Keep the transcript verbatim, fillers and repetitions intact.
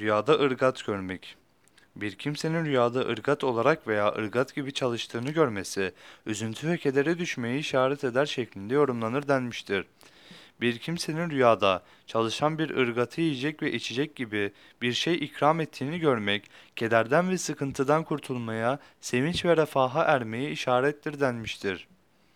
Rüyada ırgat görmek. Bir kimsenin rüyada ırgat olarak veya ırgat gibi çalıştığını görmesi, üzüntü ve kedere düşmeyi işaret eder şeklinde yorumlanır denmiştir. Bir kimsenin rüyada çalışan bir ırgatı yiyecek ve içecek gibi bir şey ikram ettiğini görmek, kederden ve sıkıntıdan kurtulmaya, sevinç ve refaha ermeye işarettir denmiştir.